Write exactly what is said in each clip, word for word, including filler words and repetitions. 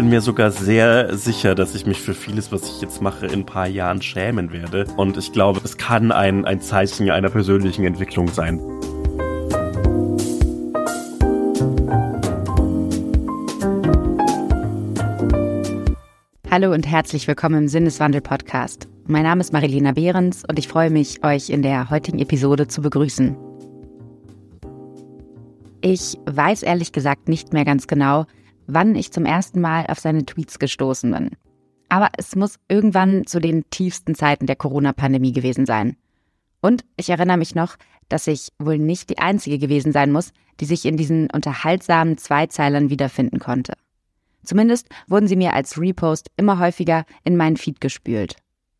mir sogar sehr sicher, dass ich mich für vieles, was ich jetzt mache, in ein paar Jahren schämen werde. Und ich glaube, es kann ein, ein Zeichen einer persönlichen Entwicklung sein. Hallo und herzlich willkommen im Sinneswandel-Podcast. Mein Name ist Marilena Behrens und ich freue mich, euch in der heutigen Episode zu begrüßen. Ich weiß ehrlich gesagt nicht mehr ganz genau, wann ich zum ersten Mal auf seine Tweets gestoßen bin. Aber es muss irgendwann zu den tiefsten Zeiten der Corona-Pandemie gewesen sein. Und ich erinnere mich noch, dass ich wohl nicht die Einzige gewesen sein muss, die sich in diesen unterhaltsamen Zweizeilern wiederfinden konnte. Zumindest wurden sie mir als Repost immer häufiger in meinen Feed gespült.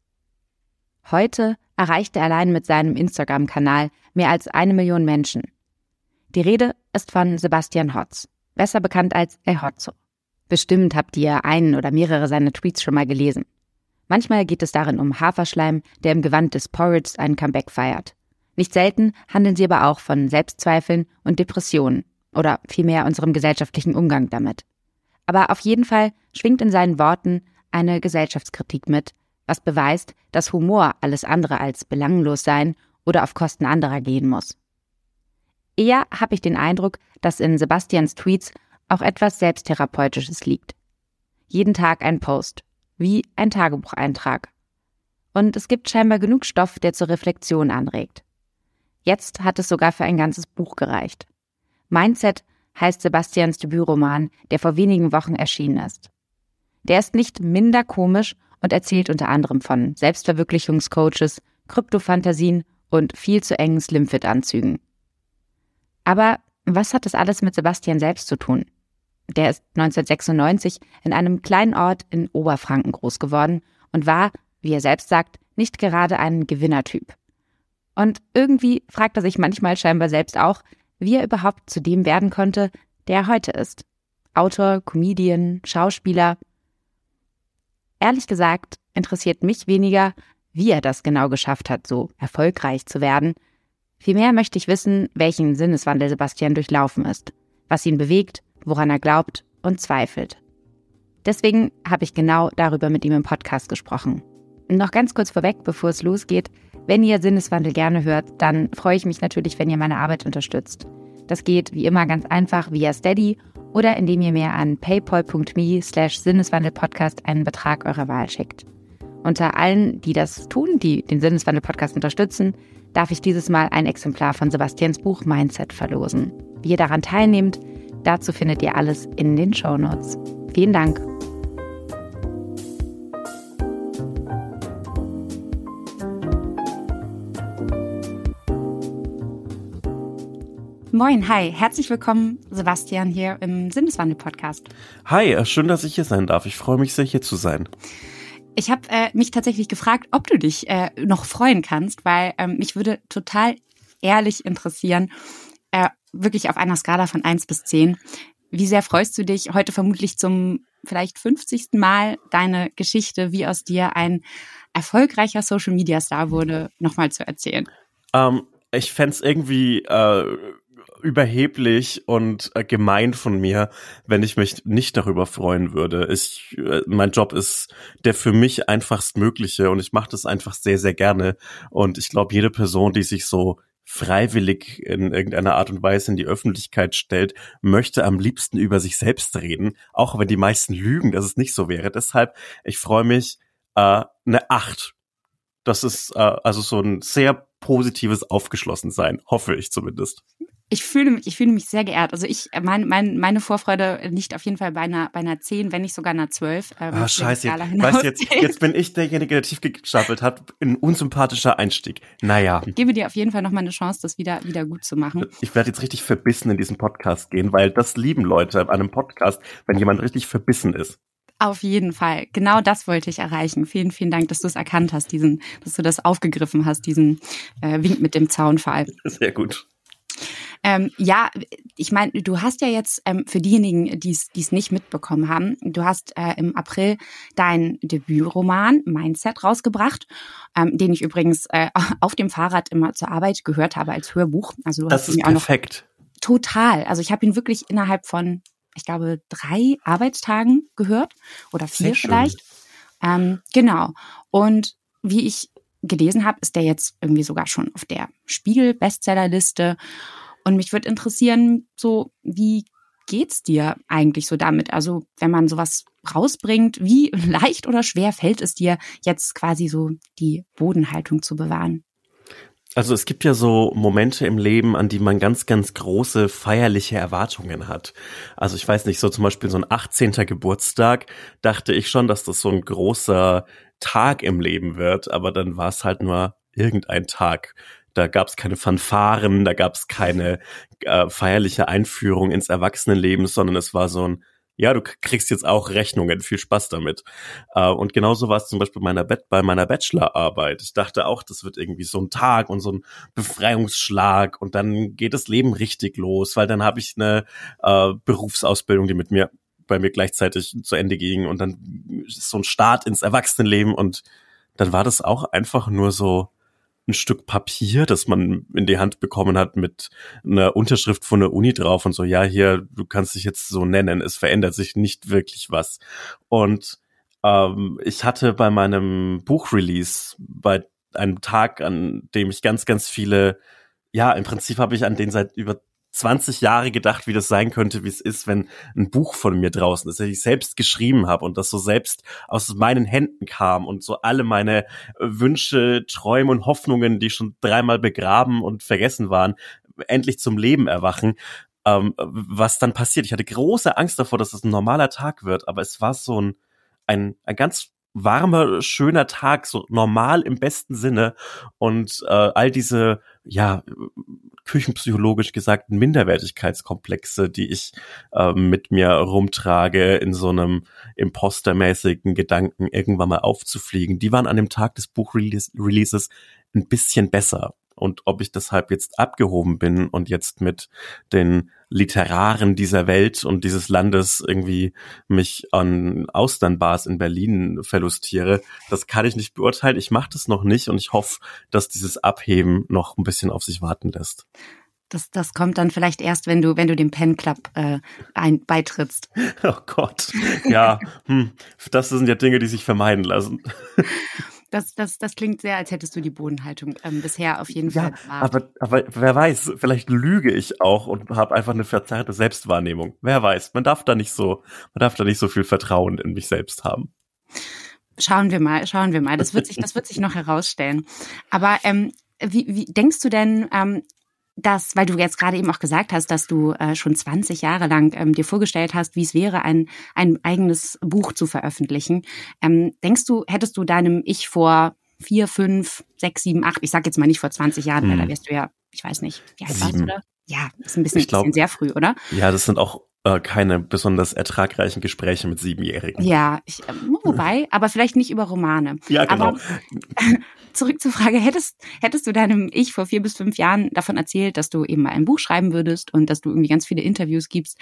Heute erreicht er allein mit seinem Instagram-Kanal mehr als eine Million Menschen. Die Rede ist von Sebastian Hotz, besser bekannt als El Hotzo. Bestimmt habt ihr einen oder mehrere seiner Tweets schon mal gelesen. Manchmal geht es darin um Haferschleim, der im Gewand des Porridge ein Comeback feiert. Nicht selten handeln sie aber auch von Selbstzweifeln und Depressionen oder vielmehr unserem gesellschaftlichen Umgang damit. Aber auf jeden Fall schwingt in seinen Worten eine Gesellschaftskritik mit, was beweist, dass Humor alles andere als belanglos sein oder auf Kosten anderer gehen muss. Eher habe ich den Eindruck, dass in Sebastians Tweets auch etwas Selbsttherapeutisches liegt. Jeden Tag ein Post, wie ein Tagebucheintrag. Und es gibt scheinbar genug Stoff, der zur Reflexion anregt. Jetzt hat es sogar für ein ganzes Buch gereicht. Mindset heißt Sebastians Debütroman, der vor wenigen Wochen erschienen ist. Der ist nicht minder komisch und erzählt unter anderem von Selbstverwirklichungscoaches, Kryptofantasien und viel zu engen Slimfit-Anzügen. Aber was hat das alles mit Sebastian selbst zu tun? Der ist neunzehnhundertsechsundneunzig in einem kleinen Ort in Oberfranken groß geworden und war, wie er selbst sagt, nicht gerade ein Gewinnertyp. Und irgendwie fragt er sich manchmal scheinbar selbst auch, wie er überhaupt zu dem werden konnte, der er heute ist. Autor, Comedian, Schauspieler. Ehrlich gesagt interessiert mich weniger, wie er das genau geschafft hat, so erfolgreich zu werden. Vielmehr möchte ich wissen, welchen Sinneswandel Sebastian durchlaufen ist, was ihn bewegt, woran er glaubt und zweifelt. Deswegen habe ich genau darüber mit ihm im Podcast gesprochen. Noch ganz kurz vorweg, bevor es losgeht: Wenn ihr Sinneswandel gerne hört, dann freue ich mich natürlich, wenn ihr meine Arbeit unterstützt. Das geht wie immer ganz einfach via Steady oder indem ihr mir an paypal.me slash Sinneswandelpodcast einen Betrag eurer Wahl schickt. Unter allen, die das tun, die den Sinneswandel-Podcast unterstützen, darf ich dieses Mal ein Exemplar von Sebastians Buch Mindset verlosen. Wie ihr daran teilnehmt, dazu findet ihr alles in den Shownotes. Vielen Dank. Moin, hi, herzlich willkommen, Sebastian, hier im Sinneswandel-Podcast. Hi, schön, dass ich hier sein darf. Ich freue mich sehr, hier zu sein. Ich habe äh, mich tatsächlich gefragt, ob du dich äh, noch freuen kannst, weil ähm, mich würde total ehrlich interessieren, äh, wirklich auf einer Skala von eins bis zehn, wie sehr freust du dich, heute vermutlich zum vielleicht fünfzigsten Mal deine Geschichte, wie aus dir ein erfolgreicher Social-Media-Star wurde, nochmal zu erzählen? Ähm, ich fände es irgendwie äh, überheblich und äh, gemein von mir, wenn ich mich nicht darüber freuen würde. Ich, äh, mein Job ist der für mich einfachst mögliche und ich mache das einfach sehr, sehr gerne. Und ich glaube, jede Person, die sich so freiwillig in irgendeiner Art und Weise in die Öffentlichkeit stellt, möchte am liebsten über sich selbst reden, auch wenn die meisten lügen, dass es nicht so wäre. Deshalb, ich freue mich, äh, eine acht. Das ist äh, also so ein sehr positives Aufgeschlossensein, hoffe ich zumindest. Ich fühle mich, ich fühle mich sehr geehrt. Also ich, mein, mein, meine Vorfreude liegt auf jeden Fall bei einer, bei einer zehn, wenn nicht sogar einer zwölf. Ähm, ah, scheiße. Weißt, jetzt, jetzt bin ich derjenige, der tief gestapelt hat. Ein unsympathischer Einstieg. Naja. Ich gebe dir auf jeden Fall nochmal eine Chance, das wieder, wieder gut zu machen. Ich werde jetzt richtig verbissen in diesen Podcast gehen, weil das lieben Leute an einem Podcast, wenn jemand richtig verbissen ist. Auf jeden Fall. Genau das wollte ich erreichen. Vielen, vielen Dank, dass du es erkannt hast, diesen, dass du das aufgegriffen hast, diesen äh, Wink mit dem Zaunpfahl. Sehr gut. Ähm, ja, ich meine, du hast ja jetzt ähm, für diejenigen, die es nicht mitbekommen haben, du hast äh, im April deinen Debütroman Mindset rausgebracht, ähm, den ich übrigens äh, auf dem Fahrrad immer zur Arbeit gehört habe als Hörbuch. Also du das hast ist ihn auch perfekt. Noch total. Also ich habe ihn wirklich innerhalb von ich glaube, drei Arbeitstagen gehört oder vier Sehr schön. vielleicht. Ähm, genau. Und wie ich gelesen habe, ist der jetzt irgendwie sogar schon auf der Spiegel-Bestsellerliste. Und mich würde interessieren, so wie geht's dir eigentlich so damit? Also wenn man sowas rausbringt, wie leicht oder schwer fällt es dir jetzt quasi so die Bodenhaltung zu bewahren? Also es gibt ja so Momente im Leben, an die man ganz, ganz große feierliche Erwartungen hat. Also ich weiß nicht, so zum Beispiel so ein achtzehnter Geburtstag, dachte ich schon, dass das so ein großer Tag im Leben wird, aber dann war es halt nur irgendein Tag. Da gab es keine Fanfaren, da gab es keine äh, feierliche Einführung ins Erwachsenenleben, sondern es war so ein, ja, du kriegst jetzt auch Rechnungen, viel Spaß damit. Äh, und genauso war es zum Beispiel meiner Bet- bei meiner Bachelorarbeit. Ich dachte auch, das wird irgendwie so ein Tag und so ein Befreiungsschlag und dann geht das Leben richtig los, weil dann habe ich eine äh, Berufsausbildung, die mit mir bei mir gleichzeitig zu Ende ging und dann ist so ein Start ins Erwachsenenleben und dann war das auch einfach nur so ein Stück Papier, das man in die Hand bekommen hat mit einer Unterschrift von der Uni drauf und so, ja, hier, du kannst dich jetzt so nennen, es verändert sich nicht wirklich was. Und ähm, ich hatte bei meinem Buchrelease, bei einem Tag, an dem ich ganz, ganz viele, ja, im Prinzip habe ich an den seit über zwanzig Jahre gedacht, wie das sein könnte, wie es ist, wenn ein Buch von mir draußen ist, das ich selbst geschrieben habe und das so selbst aus meinen Händen kam und so alle meine Wünsche, Träume und Hoffnungen, die schon dreimal begraben und vergessen waren, endlich zum Leben erwachen. Ähm, was dann passiert? Ich hatte große Angst davor, dass es ein normaler Tag wird, aber es war so ein, ein, ein ganz warmer, schöner Tag, so normal im besten Sinne und äh, all diese, ja, küchenpsychologisch gesagten Minderwertigkeitskomplexe, die ich äh, mit mir rumtrage in so einem impostermäßigen Gedanken, irgendwann mal aufzufliegen, die waren an dem Tag des Buchreleases ein bisschen besser. Und ob ich deshalb jetzt abgehoben bin und jetzt mit den Literaren dieser Welt und dieses Landes irgendwie mich an Austernbars in Berlin verlustiere, das kann ich nicht beurteilen. Ich mache das noch nicht und ich hoffe, dass dieses Abheben noch ein bisschen auf sich warten lässt. Das, das kommt dann vielleicht erst, wenn du, wenn du dem Pen Club äh, ein, beitrittst. Oh Gott, ja, hm, das sind ja Dinge, die sich vermeiden lassen. Das, das, das klingt sehr, als hättest du die Bodenhaltung ähm, bisher auf jeden Ja, Fall bewahrt. aber, aber wer weiß, vielleicht lüge ich auch und habe einfach eine verzerrte Selbstwahrnehmung. Wer weiß, man darf da nicht so, man darf da nicht so viel Vertrauen in mich selbst haben. Schauen wir mal, schauen wir mal. Das wird sich, das wird sich noch herausstellen. Aber ähm, wie, wie denkst du denn, ähm, dass, weil du jetzt gerade eben auch gesagt hast, dass du äh, schon zwanzig Jahre lang ähm, dir vorgestellt hast, wie es wäre, ein ein eigenes Buch zu veröffentlichen. Ähm, denkst du, hättest du deinem Ich vor vier, fünf, sechs, sieben, acht, ich sag jetzt mal nicht vor zwanzig Jahren, hm. weil da wärst du ja, ich weiß nicht, wie alt warst du da? Ja, ist ein bisschen, glaub, bisschen sehr früh, oder? Ja, das sind auch äh, keine besonders ertragreichen Gespräche mit Siebenjährigen. Ja, ich, äh, wobei, aber vielleicht nicht über Romane. Ja, genau. Aber, zurück zur Frage, hättest, hättest du deinem Ich vor vier bis fünf Jahren davon erzählt, dass du eben mal ein Buch schreiben würdest und dass du irgendwie ganz viele Interviews gibst?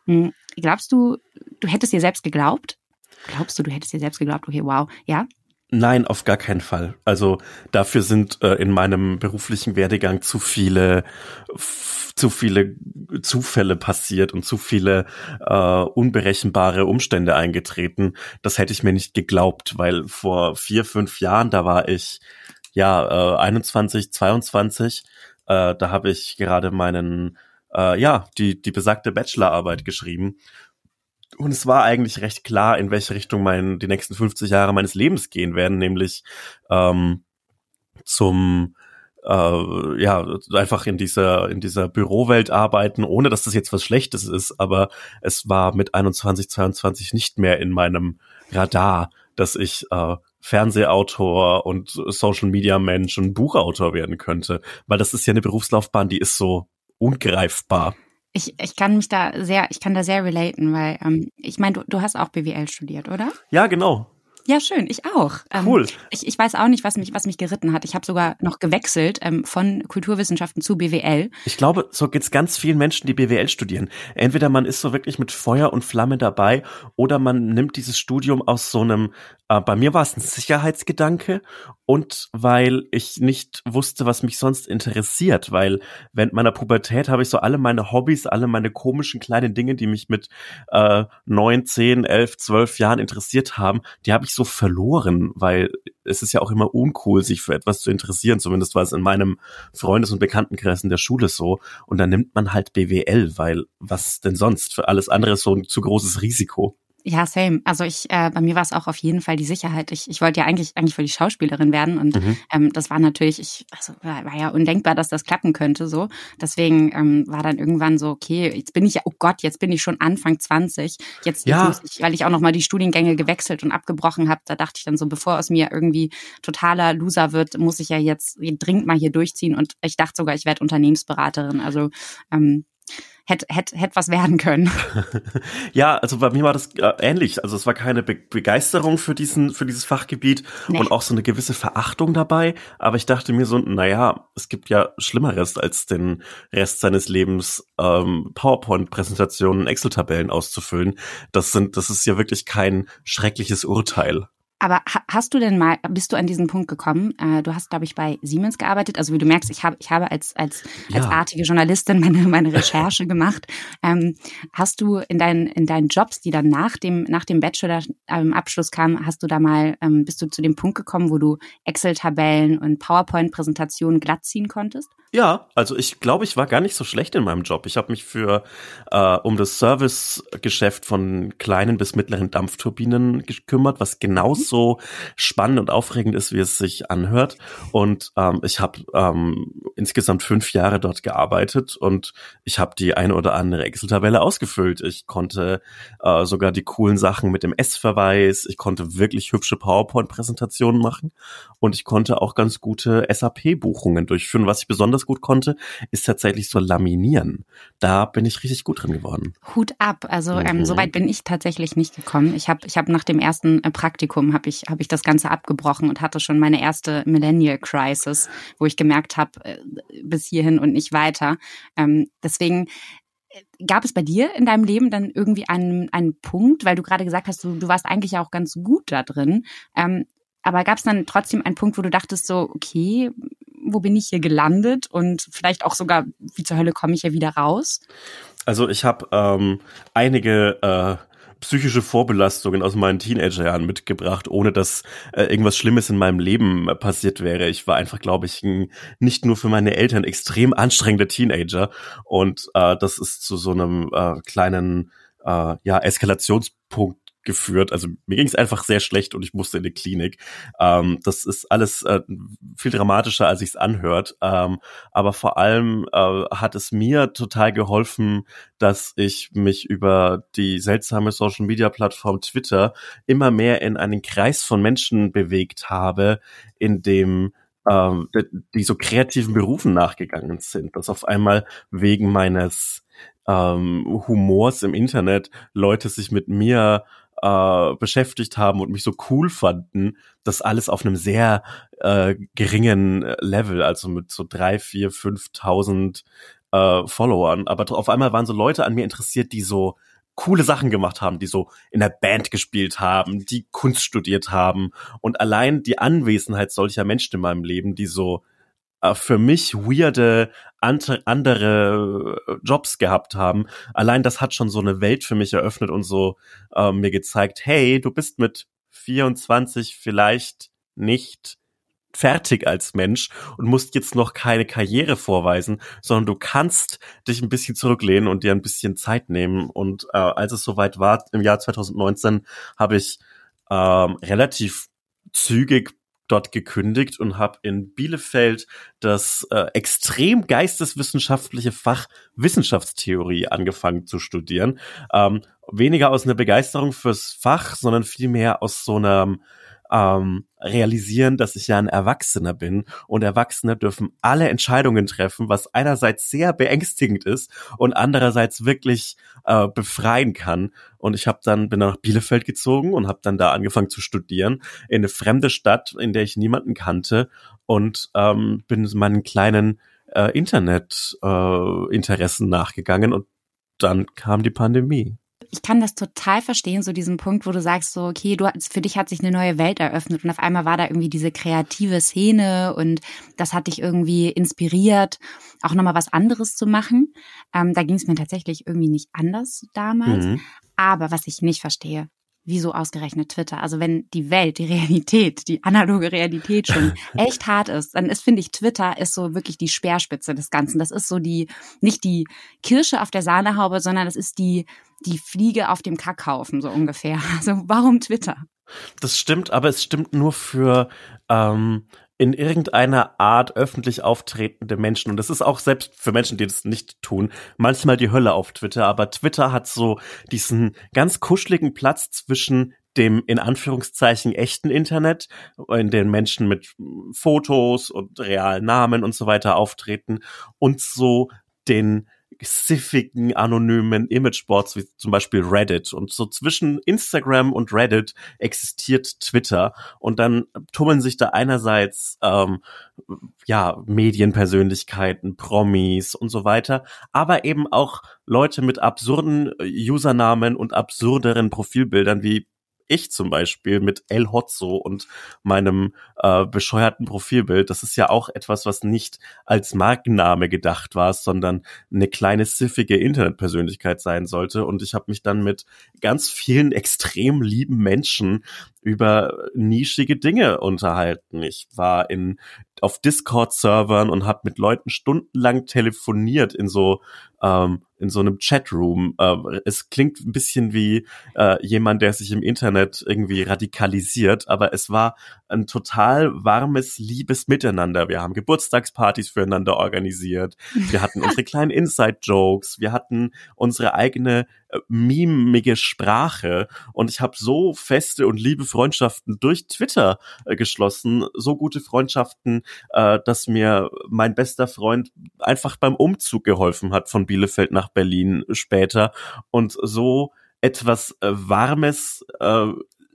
Glaubst du, du hättest dir selbst geglaubt? Glaubst du, du hättest dir selbst geglaubt, okay, wow, ja? Nein, auf gar keinen Fall. Also dafür sind äh, in meinem beruflichen Werdegang zu viele f- zu viele Zufälle passiert und zu viele äh, unberechenbare Umstände eingetreten. Das hätte ich mir nicht geglaubt, weil vor vier, fünf Jahren, da war ich ja äh, einundzwanzig, zweiundzwanzig, äh, da habe ich gerade meinen äh, ja die die besagte Bachelorarbeit geschrieben. Und es war eigentlich recht klar, in welche Richtung mein, die nächsten fünfzig Jahre meines Lebens gehen werden, nämlich ähm, zum äh, ja einfach in dieser in dieser Bürowelt arbeiten, ohne dass das jetzt was Schlechtes ist, aber es war mit einundzwanzig, zweiundzwanzig nicht mehr in meinem Radar, dass ich äh, Fernsehautor und Social Media Mensch und Buchautor werden könnte, weil das ist ja eine Berufslaufbahn, die ist so ungreifbar. Ich, ich kann mich da sehr, ich kann da sehr relaten, weil ähm, ich meine, du, du hast auch B W L studiert, oder? Ja, genau. Ja, schön, ich auch. Cool. Ähm, ich, ich weiß auch nicht, was mich, was mich geritten hat. Ich habe sogar noch gewechselt ähm, von Kulturwissenschaften zu B W L. Ich glaube, so geht's ganz vielen Menschen, die B W L studieren. Entweder man ist so wirklich mit Feuer und Flamme dabei oder man nimmt dieses Studium aus so einem, äh, bei mir war es ein Sicherheitsgedanke und weil ich nicht wusste, was mich sonst interessiert, weil während meiner Pubertät habe ich so alle meine Hobbys, alle meine komischen kleinen Dinge, die mich mit äh, neun, zehn, elf, zwölf Jahren interessiert haben, die habe ich so verloren, weil es ist ja auch immer uncool, sich für etwas zu interessieren. Zumindest war es in meinem Freundes- und Bekanntenkreis in der Schule so. Und dann nimmt man halt B W L, weil was denn sonst? Für alles andere ist so ein zu großes Risiko. Ja, same. Also ich, äh, bei mir war es auch auf jeden Fall die Sicherheit. Ich, ich wollte ja eigentlich eigentlich für die Schauspielerin werden und mhm. ähm, das war natürlich, ich, also war, war ja undenkbar, dass das klappen könnte so. Deswegen ähm, war dann irgendwann so, okay, jetzt bin ich ja, oh Gott, jetzt bin ich schon Anfang zwanzig. Jetzt, ja. jetzt muss ich, weil ich auch noch mal die Studiengänge gewechselt und abgebrochen habe, da dachte ich dann so, bevor aus mir irgendwie totaler Loser wird, muss ich ja jetzt dringend mal hier durchziehen. Und ich dachte sogar, ich werde Unternehmensberaterin. Also ähm, Hätte hätt, hätt was werden können. Ja, also bei mir war das äh, ähnlich. Also es war keine Be- Begeisterung für diesen für dieses Fachgebiet nee. und auch so eine gewisse Verachtung dabei. Aber ich dachte mir so, naja, es gibt ja Schlimmeres, als den Rest seines Lebens ähm, PowerPoint-Präsentationen, Excel-Tabellen auszufüllen. Das sind, das ist ja wirklich kein schreckliches Urteil. Aber hast du denn mal, bist du an diesen Punkt gekommen? Du hast, glaube ich, bei Siemens gearbeitet. Also wie du merkst, ich habe, ich habe als als ja. als artige Journalistin meine meine Recherche gemacht. Ähm, hast du in deinen in deinen Jobs, die dann nach dem nach dem Bachelor-Abschluss kamen, hast du da mal ähm, bist du zu dem Punkt gekommen, wo du Excel-Tabellen und PowerPoint-Präsentationen glatt ziehen konntest? Ja, also ich glaube, ich war gar nicht so schlecht in meinem Job. Ich habe mich für äh, um das Servicegeschäft von kleinen bis mittleren Dampfturbinen gekümmert, was genauso spannend und aufregend ist, wie es sich anhört. Und ähm, ich habe ähm, insgesamt fünf Jahre dort gearbeitet und ich habe die eine oder andere Excel-Tabelle ausgefüllt. Ich konnte äh, sogar die coolen Sachen mit dem S-Verweis. Ich konnte wirklich hübsche PowerPoint-Präsentationen machen und ich konnte auch ganz gute S A P-Buchungen durchführen. Was ich besonders gut konnte, ist tatsächlich so laminieren. Da bin ich richtig gut drin geworden. Hut ab. Also mhm. ähm, so weit bin ich tatsächlich nicht gekommen. Ich habe ich hab nach dem ersten äh, Praktikum habe ich habe ich das Ganze abgebrochen und hatte schon meine erste Millennial Crisis, wo ich gemerkt habe, äh, bis hierhin und nicht weiter. Ähm, deswegen gab es bei dir in deinem Leben dann irgendwie einen einen Punkt, weil du gerade gesagt hast, du, du warst eigentlich auch ganz gut da drin. Ähm, aber gab es dann trotzdem einen Punkt, wo du dachtest so, okay, wo bin ich hier gelandet und vielleicht auch sogar, wie zur Hölle komme ich hier wieder raus? Also ich habe ähm, einige äh, psychische Vorbelastungen aus meinen Teenagerjahren mitgebracht, ohne dass äh, irgendwas Schlimmes in meinem Leben äh, passiert wäre. Ich war einfach, glaube ich, ein, nicht nur für meine Eltern extrem anstrengender Teenager und äh, das ist zu so einem äh, kleinen äh, ja Eskalationspunkt geführt. Also mir ging es einfach sehr schlecht und ich musste in die Klinik. Ähm, das ist alles äh, viel dramatischer, als sich's anhört. Ähm, aber vor allem äh, hat es mir total geholfen, dass ich mich über die seltsame Social-Media-Plattform Twitter immer mehr in einen Kreis von Menschen bewegt habe, in dem ähm, die so kreativen Berufen nachgegangen sind. Dass auf einmal wegen meines ähm, Humors im Internet Leute sich mit mir Äh, beschäftigt haben und mich so cool fanden, das alles auf einem sehr äh, geringen Level, also mit so drei, vier, fünftausend äh, Followern. Aber auf einmal waren so Leute an mir interessiert, die so coole Sachen gemacht haben, die so in der Band gespielt haben, die Kunst studiert haben. Und allein die Anwesenheit solcher Menschen in meinem Leben, die so für mich weirde andere Jobs gehabt haben. Allein das hat schon so eine Welt für mich eröffnet und so äh, mir gezeigt, hey, du bist mit vierundzwanzig vielleicht nicht fertig als Mensch und musst jetzt noch keine Karriere vorweisen, sondern du kannst dich ein bisschen zurücklehnen und dir ein bisschen Zeit nehmen. Und äh, als es soweit war, im Jahr zwanzig neunzehn, habe ich ähm, relativ zügig dort gekündigt und habe in Bielefeld das äh, extrem geisteswissenschaftliche Fach Wissenschaftstheorie angefangen zu studieren. Ähm, weniger aus einer Begeisterung fürs Fach, sondern vielmehr aus so einer ähm, realisieren, dass ich ja ein Erwachsener bin und Erwachsene dürfen alle Entscheidungen treffen, was einerseits sehr beängstigend ist und andererseits wirklich äh, befreien kann. Und ich habe dann bin dann nach Bielefeld gezogen und habe dann da angefangen zu studieren in eine fremde Stadt, in der ich niemanden kannte und ähm, bin meinen kleinen äh, Internet-Interessen äh, Interessen nachgegangen und dann kam die Pandemie. Ich kann das total verstehen, so diesen Punkt, wo du sagst, so, okay, du für dich hat sich eine neue Welt eröffnet und auf einmal war da irgendwie diese kreative Szene und das hat dich irgendwie inspiriert, auch nochmal was anderes zu machen. Ähm, da ging es mir tatsächlich irgendwie nicht anders damals. Mhm. Aber was ich nicht verstehe, wieso ausgerechnet Twitter? Also wenn die Welt, die Realität, die analoge Realität schon echt hart ist, dann ist, finde ich, Twitter ist so wirklich die Speerspitze des Ganzen. Das ist so die, nicht die Kirsche auf der Sahnehaube, sondern das ist die, die Fliege auf dem Kackhaufen, so ungefähr. Also warum Twitter? Das stimmt, aber es stimmt nur für ähm, in irgendeiner Art öffentlich auftretende Menschen. Und das ist auch selbst für Menschen, die das nicht tun, manchmal die Hölle auf Twitter. Aber Twitter hat so diesen ganz kuscheligen Platz zwischen dem in Anführungszeichen echten Internet, in dem Menschen mit Fotos und realen Namen und so weiter auftreten und so den siffigen, anonymen Imageboards wie zum Beispiel Reddit. Und so zwischen Instagram und Reddit existiert Twitter. Und dann tummeln sich da einerseits ähm, ja Medienpersönlichkeiten, Promis und so weiter, aber eben auch Leute mit absurden Usernamen und absurderen Profilbildern wie ich zum Beispiel mit El Hotzo und meinem äh, bescheuerten Profilbild. Das ist ja auch etwas, was nicht als Markenname gedacht war, sondern eine kleine siffige Internetpersönlichkeit sein sollte. Und ich habe mich dann mit ganz vielen extrem lieben Menschen über nischige Dinge unterhalten. Ich war in auf Discord-Servern und habe mit Leuten stundenlang telefoniert in so ähm, in so einem Chatroom. Äh, es klingt ein bisschen wie äh, jemand, der sich im Internet irgendwie radikalisiert, aber es war ein total warmes, liebes Miteinander. Wir haben Geburtstagspartys füreinander organisiert. Wir hatten unsere kleinen Inside-Jokes. Wir hatten unsere eigene äh, mimige Sprache. Und ich habe so feste und liebe Freundschaften durch Twitter äh, geschlossen. So gute Freundschaften, äh, dass mir mein bester Freund einfach beim Umzug geholfen hat von Bielefeld nach Berlin später. Und so etwas äh, Warmes, äh,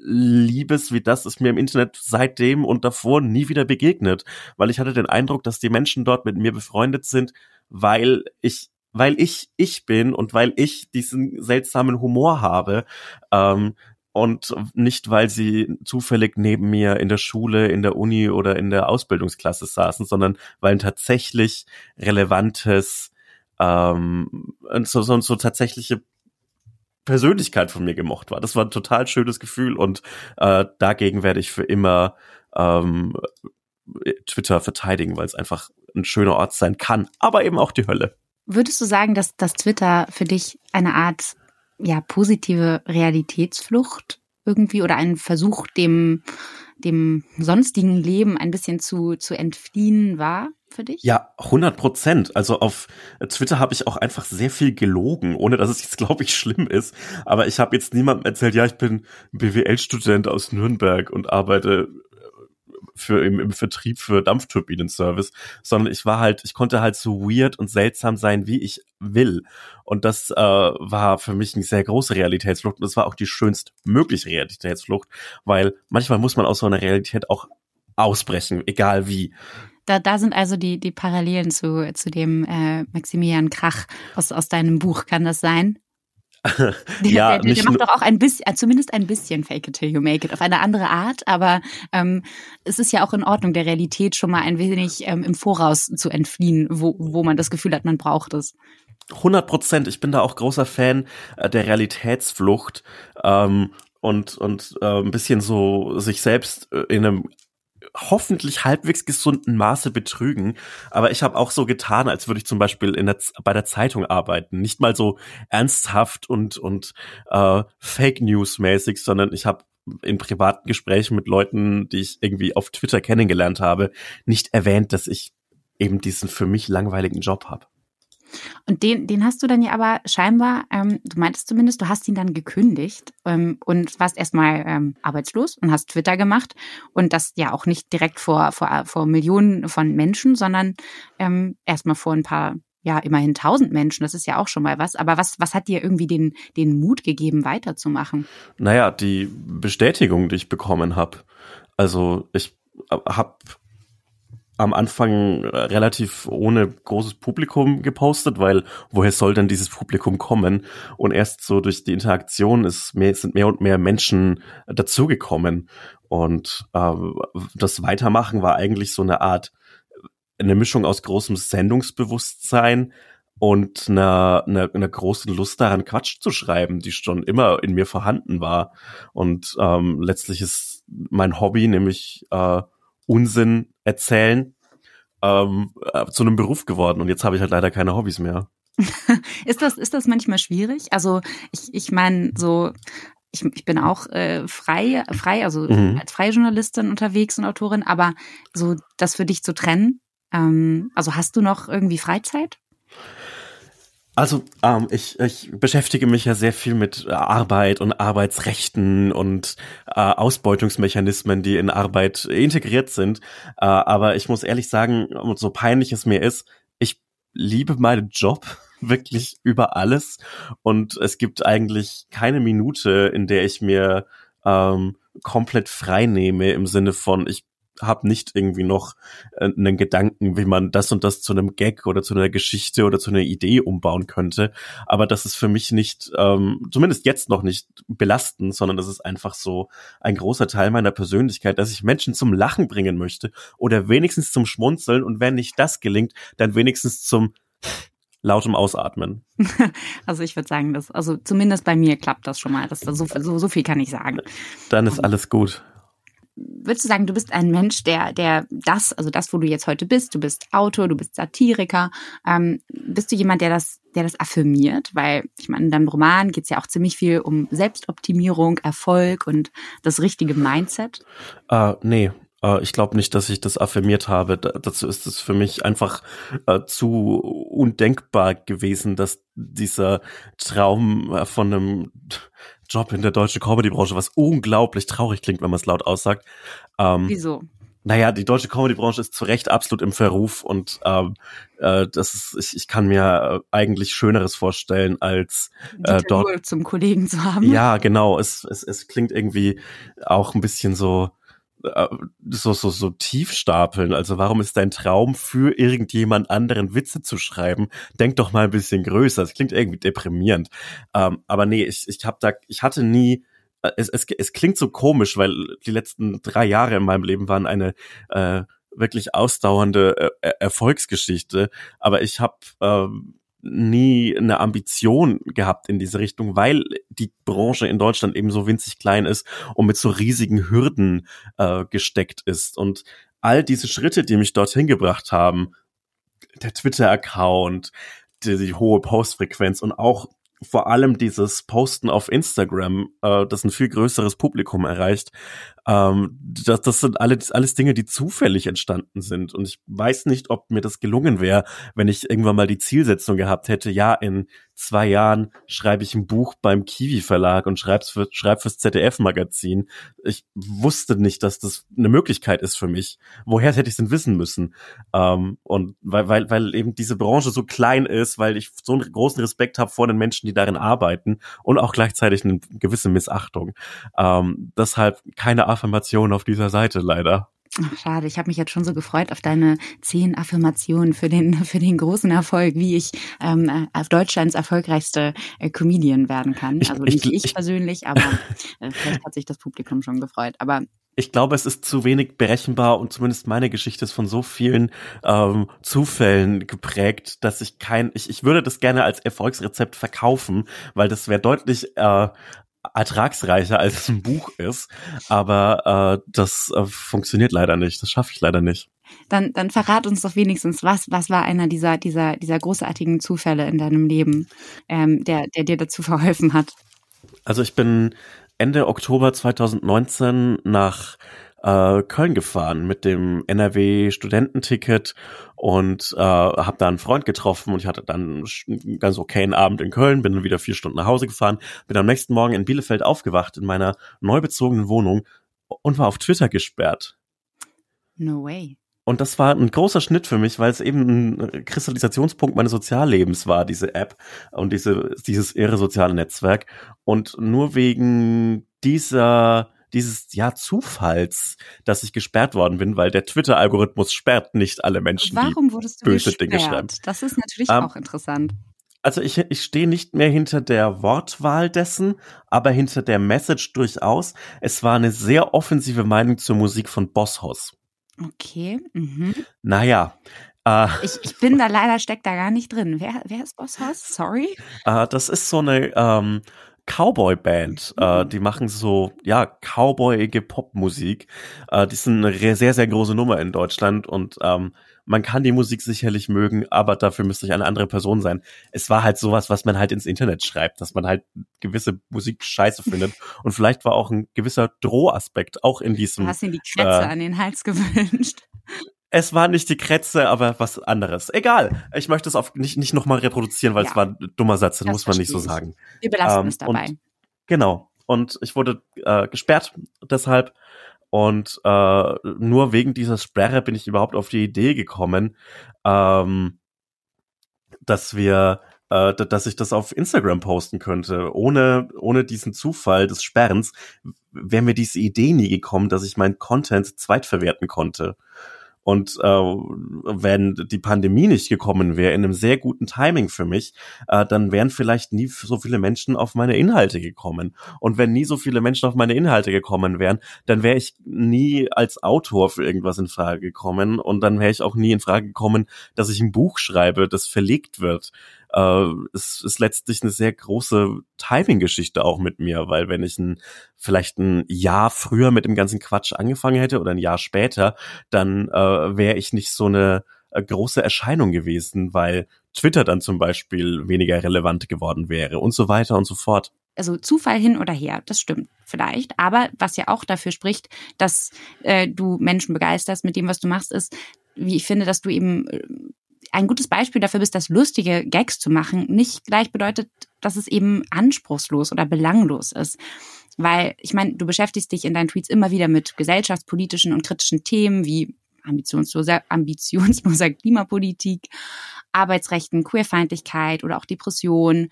Liebes wie das ist mir im Internet seitdem und davor nie wieder begegnet, weil ich hatte den Eindruck, dass die Menschen dort mit mir befreundet sind, weil ich weil ich ich bin und weil ich diesen seltsamen Humor habe, ähm, und nicht, weil sie zufällig neben mir in der Schule, in der Uni oder in der Ausbildungsklasse saßen, sondern weil ein tatsächlich relevantes ähm, so, so, so tatsächliche Persönlichkeit von mir gemocht war. Das war ein total schönes Gefühl und äh, dagegen werde ich für immer ähm, Twitter verteidigen, weil es einfach ein schöner Ort sein kann, aber eben auch die Hölle. Würdest du sagen, dass, dass Twitter für dich eine Art ja positive Realitätsflucht irgendwie oder ein Versuch, dem dem sonstigen Leben ein bisschen zu zu entfliehen war für dich? Ja, hundert Prozent. Also auf Twitter habe ich auch einfach sehr viel gelogen, ohne dass es jetzt, glaube ich, schlimm ist. Aber ich habe jetzt niemandem erzählt, ja, ich bin B W L-Student aus Nürnberg und arbeite für im, im Vertrieb für Dampfturbinenservice, sondern ich war halt, ich konnte halt so weird und seltsam sein, wie ich will. Und das äh, war für mich eine sehr große Realitätsflucht und das war auch die schönstmögliche Realitätsflucht, weil manchmal muss man aus so einer Realität auch ausbrechen, egal wie. Da, da sind also die, die Parallelen zu, zu dem äh, Maximilian Krach aus, aus deinem Buch, kann das sein? Der, ja, der, der macht doch auch ein bisschen, zumindest ein bisschen Fake it till you make it, auf eine andere Art, aber ähm, es ist ja auch in Ordnung, der Realität schon mal ein wenig ähm, im Voraus zu entfliehen, wo, wo man das Gefühl hat, man braucht es. hundert Prozent, ich bin da auch großer Fan äh, der Realitätsflucht ähm, und, und äh, ein bisschen so sich selbst äh, in einem hoffentlich halbwegs gesunden Maße betrügen, aber ich habe auch so getan, als würde ich zum Beispiel in der, bei der Zeitung arbeiten, nicht mal so ernsthaft und und äh, Fake News mäßig, sondern ich habe in privaten Gesprächen mit Leuten, die ich irgendwie auf Twitter kennengelernt habe, nicht erwähnt, dass ich eben diesen für mich langweiligen Job habe. Und den, den hast du dann ja aber scheinbar, ähm, du meintest zumindest, du hast ihn dann gekündigt ähm, und warst erstmal ähm, arbeitslos und hast Twitter gemacht und das ja auch nicht direkt vor, vor, vor Millionen von Menschen, sondern ähm, erstmal vor ein paar, ja immerhin tausend Menschen, das ist ja auch schon mal was. Aber was, was hat dir irgendwie den, den Mut gegeben, weiterzumachen? Naja, die Bestätigung, die ich bekommen habe. Also ich habe am Anfang relativ ohne großes Publikum gepostet, weil woher soll denn dieses Publikum kommen? Und erst so durch die Interaktion ist mehr, sind mehr und mehr Menschen dazugekommen. Und äh, das Weitermachen war eigentlich so eine Art, eine Mischung aus großem Sendungsbewusstsein und einer, einer, einer großen Lust daran, Quatsch zu schreiben, die schon immer in mir vorhanden war. Und ähm, letztlich ist mein Hobby, nämlich äh, Unsinn erzählen, ähm, äh, zu einem Beruf geworden. Und jetzt habe ich halt leider keine Hobbys mehr. Ist das, ist das manchmal schwierig? Also ich, ich meine, so ich, ich bin auch äh, frei, frei, also mhm. als freie Journalistin unterwegs und Autorin, aber so das für dich zu trennen, ähm, also hast du noch irgendwie Freizeit? Also ähm, ich, ich beschäftige mich ja sehr viel mit Arbeit und Arbeitsrechten und äh, Ausbeutungsmechanismen, die in Arbeit integriert sind. Äh, aber ich muss ehrlich sagen, so peinlich es mir ist, ich liebe meinen Job wirklich über alles. Und es gibt eigentlich keine Minute, in der ich mir ähm, komplett frei nehme im Sinne von, ich habe nicht irgendwie noch äh, einen Gedanken, wie man das und das zu einem Gag oder zu einer Geschichte oder zu einer Idee umbauen könnte. Aber das ist für mich nicht, ähm, zumindest jetzt noch nicht belastend, sondern das ist einfach so ein großer Teil meiner Persönlichkeit, dass ich Menschen zum Lachen bringen möchte oder wenigstens zum Schmunzeln und wenn nicht das gelingt, dann wenigstens zum lautem Ausatmen. Also ich würde sagen, dass, also zumindest bei mir klappt das schon mal. Das, so, so, so viel kann ich sagen. Dann ist alles gut. Würdest du sagen, du bist ein Mensch, der, der das, also das, wo du jetzt heute bist, du bist Autor, du bist Satiriker, ähm, bist du jemand, der das, der das affirmiert? Weil, ich meine, in deinem Roman geht es ja auch ziemlich viel um Selbstoptimierung, Erfolg und das richtige Mindset. Äh, nee. Ich glaube nicht, dass ich das affirmiert habe. Dazu ist es für mich einfach äh, zu undenkbar gewesen, dass dieser Traum äh, von einem Job in der deutschen Comedy-Branche, was unglaublich traurig klingt, wenn man es laut aussagt. Ähm, Wieso? Naja, die deutsche Comedy-Branche ist zu Recht absolut im Verruf und ähm, äh, das ist, ich, ich kann mir eigentlich Schöneres vorstellen, als äh, dort zum Kollegen zu haben. Ja, genau. Es, es, es klingt irgendwie auch ein bisschen so so so so tief stapeln. Also warum ist dein Traum, für irgendjemand anderen Witze zu schreiben? Denk doch mal ein bisschen größer. Das klingt irgendwie deprimierend. Ähm, aber nee, ich ich habe da ich hatte nie es, es es klingt so komisch, weil die letzten drei Jahre in meinem Leben waren eine äh, wirklich ausdauernde äh, Erfolgsgeschichte, aber ich habe ähm, nie eine Ambition gehabt in diese Richtung, weil die Branche in Deutschland eben so winzig klein ist und mit so riesigen Hürden äh, gesteckt ist. Und all diese Schritte, die mich dorthin gebracht haben, der Twitter-Account, die, die hohe Postfrequenz und auch vor allem dieses Posten auf Instagram, äh, das ein viel größeres Publikum erreicht, ähm, das, das sind alles, alles Dinge, die zufällig entstanden sind. Und ich weiß nicht, ob mir das gelungen wäre, wenn ich irgendwann mal die Zielsetzung gehabt hätte, ja, in zwei Jahren schreibe ich ein Buch beim Kiwi Verlag und schreib's für, schreib fürs Z D F-Magazin. Ich wusste nicht, dass das eine Möglichkeit ist für mich. Woher hätte ich es denn wissen müssen? Ähm, und weil, weil, weil eben diese Branche so klein ist, weil ich so einen großen Respekt habe vor den Menschen, die darin arbeiten und auch gleichzeitig eine gewisse Missachtung. Ähm, deshalb keine Affirmation auf dieser Seite leider. Ach, schade, ich habe mich jetzt schon so gefreut auf deine zehn Affirmationen für den für den großen Erfolg, wie ich ähm, auf Deutschlands erfolgreichste äh, Comedian werden kann. Also nicht ich, ich, ich persönlich, aber äh, vielleicht hat sich das Publikum schon gefreut. Aber ich glaube, es ist zu wenig berechenbar und zumindest meine Geschichte ist von so vielen ähm, Zufällen geprägt, dass ich kein, ich, ich würde das gerne als Erfolgsrezept verkaufen, weil das wäre deutlich äh, ertragsreicher, als es ein Buch ist, aber äh, das äh, funktioniert leider nicht, das schaffe ich leider nicht. Dann, dann verrat uns doch wenigstens, was, was war einer dieser, dieser, dieser großartigen Zufälle in deinem Leben, ähm, der, der dir dazu verholfen hat? Also ich bin Ende Oktober zweitausendneunzehn nach äh, Köln gefahren mit dem N R W-Studententicket und äh, habe da einen Freund getroffen und ich hatte dann einen ganz okayen Abend in Köln, bin dann wieder vier Stunden nach Hause gefahren, bin am nächsten Morgen in Bielefeld aufgewacht in meiner neu bezogenen Wohnung und war auf Twitter gesperrt. No way. Und das war ein großer Schnitt für mich, weil es eben ein Kristallisationspunkt meines Soziallebens war, diese App und diese dieses irre soziale Netzwerk. Und nur wegen dieser dieses ja Zufalls, dass ich gesperrt worden bin, weil der Twitter-Algorithmus sperrt nicht alle Menschen, Warum die wurdest du böse gesperrt? Dinge schreiben. Das ist natürlich Ähm, auch interessant. Also ich, ich stehe nicht mehr hinter der Wortwahl dessen, aber hinter der Message durchaus. Es war eine sehr offensive Meinung zur Musik von Bosshaus. Okay. Mhm. Naja. Äh, ich, ich bin da leider, steck da gar nicht drin. Wer, wer ist Bosshaus? Sorry. Äh, das ist so eine ähm, Cowboy-Band. Mhm. Äh, die machen so, ja, cowboyige Popmusik. Äh, die sind eine sehr, sehr große Nummer in Deutschland und ähm, man kann die Musik sicherlich mögen, aber dafür müsste ich eine andere Person sein. Es war halt sowas, was man halt ins Internet schreibt, dass man halt gewisse Musik scheiße findet. Und vielleicht war auch ein gewisser Drohaspekt auch in diesem. Du hast ihm die Kretze äh, an den Hals gewünscht. Es war nicht die Kretze, aber was anderes. Egal. Ich möchte es auf nicht, nicht nochmal reproduzieren, weil ja. es war ein dummer Satz, den muss man nicht so sagen. Wir belassen ähm, es dabei. Und, genau. Und ich wurde äh, gesperrt deshalb. Und äh, nur wegen dieser Sperre bin ich überhaupt auf die Idee gekommen, ähm, dass wir, äh, dass ich das auf Instagram posten könnte. Ohne ohne diesen Zufall des Sperrens wäre mir diese Idee nie gekommen, dass ich meinen Content zweitverwerten konnte. Und äh, wenn die Pandemie nicht gekommen wäre, in einem sehr guten Timing für mich, äh, dann wären vielleicht nie so viele Menschen auf meine Inhalte gekommen. Und wenn nie so viele Menschen auf meine Inhalte gekommen wären, dann wäre ich nie als Autor für irgendwas in Frage gekommen. Und dann wäre ich auch nie in Frage gekommen, dass ich ein Buch schreibe, das verlegt wird. Äh, es ist letztlich eine sehr große Timing-Geschichte auch mit mir, weil wenn ich ein, vielleicht ein Jahr früher mit dem ganzen Quatsch angefangen hätte oder ein Jahr später, dann äh, wäre ich nicht so eine äh, große Erscheinung gewesen, weil Twitter dann zum Beispiel weniger relevant geworden wäre und so weiter und so fort. Also Zufall hin oder her, das stimmt vielleicht. Aber was ja auch dafür spricht, dass äh, du Menschen begeisterst mit dem, was du machst, ist, wie ich finde, dass du eben äh, ein gutes Beispiel dafür bist, dass lustige Gags zu machen nicht gleich bedeutet, dass es eben anspruchslos oder belanglos ist. Weil, ich meine, du beschäftigst dich in deinen Tweets immer wieder mit gesellschaftspolitischen und kritischen Themen wie ambitionsloser, ambitionsloser Klimapolitik, Arbeitsrechten, Queerfeindlichkeit oder auch Depression.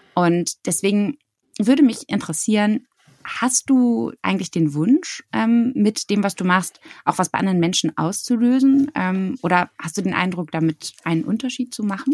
Und deswegen würde mich interessieren, hast du eigentlich den Wunsch, ähm, mit dem, was du machst, auch was bei anderen Menschen auszulösen? Ähm, oder hast du den Eindruck, damit einen Unterschied zu machen?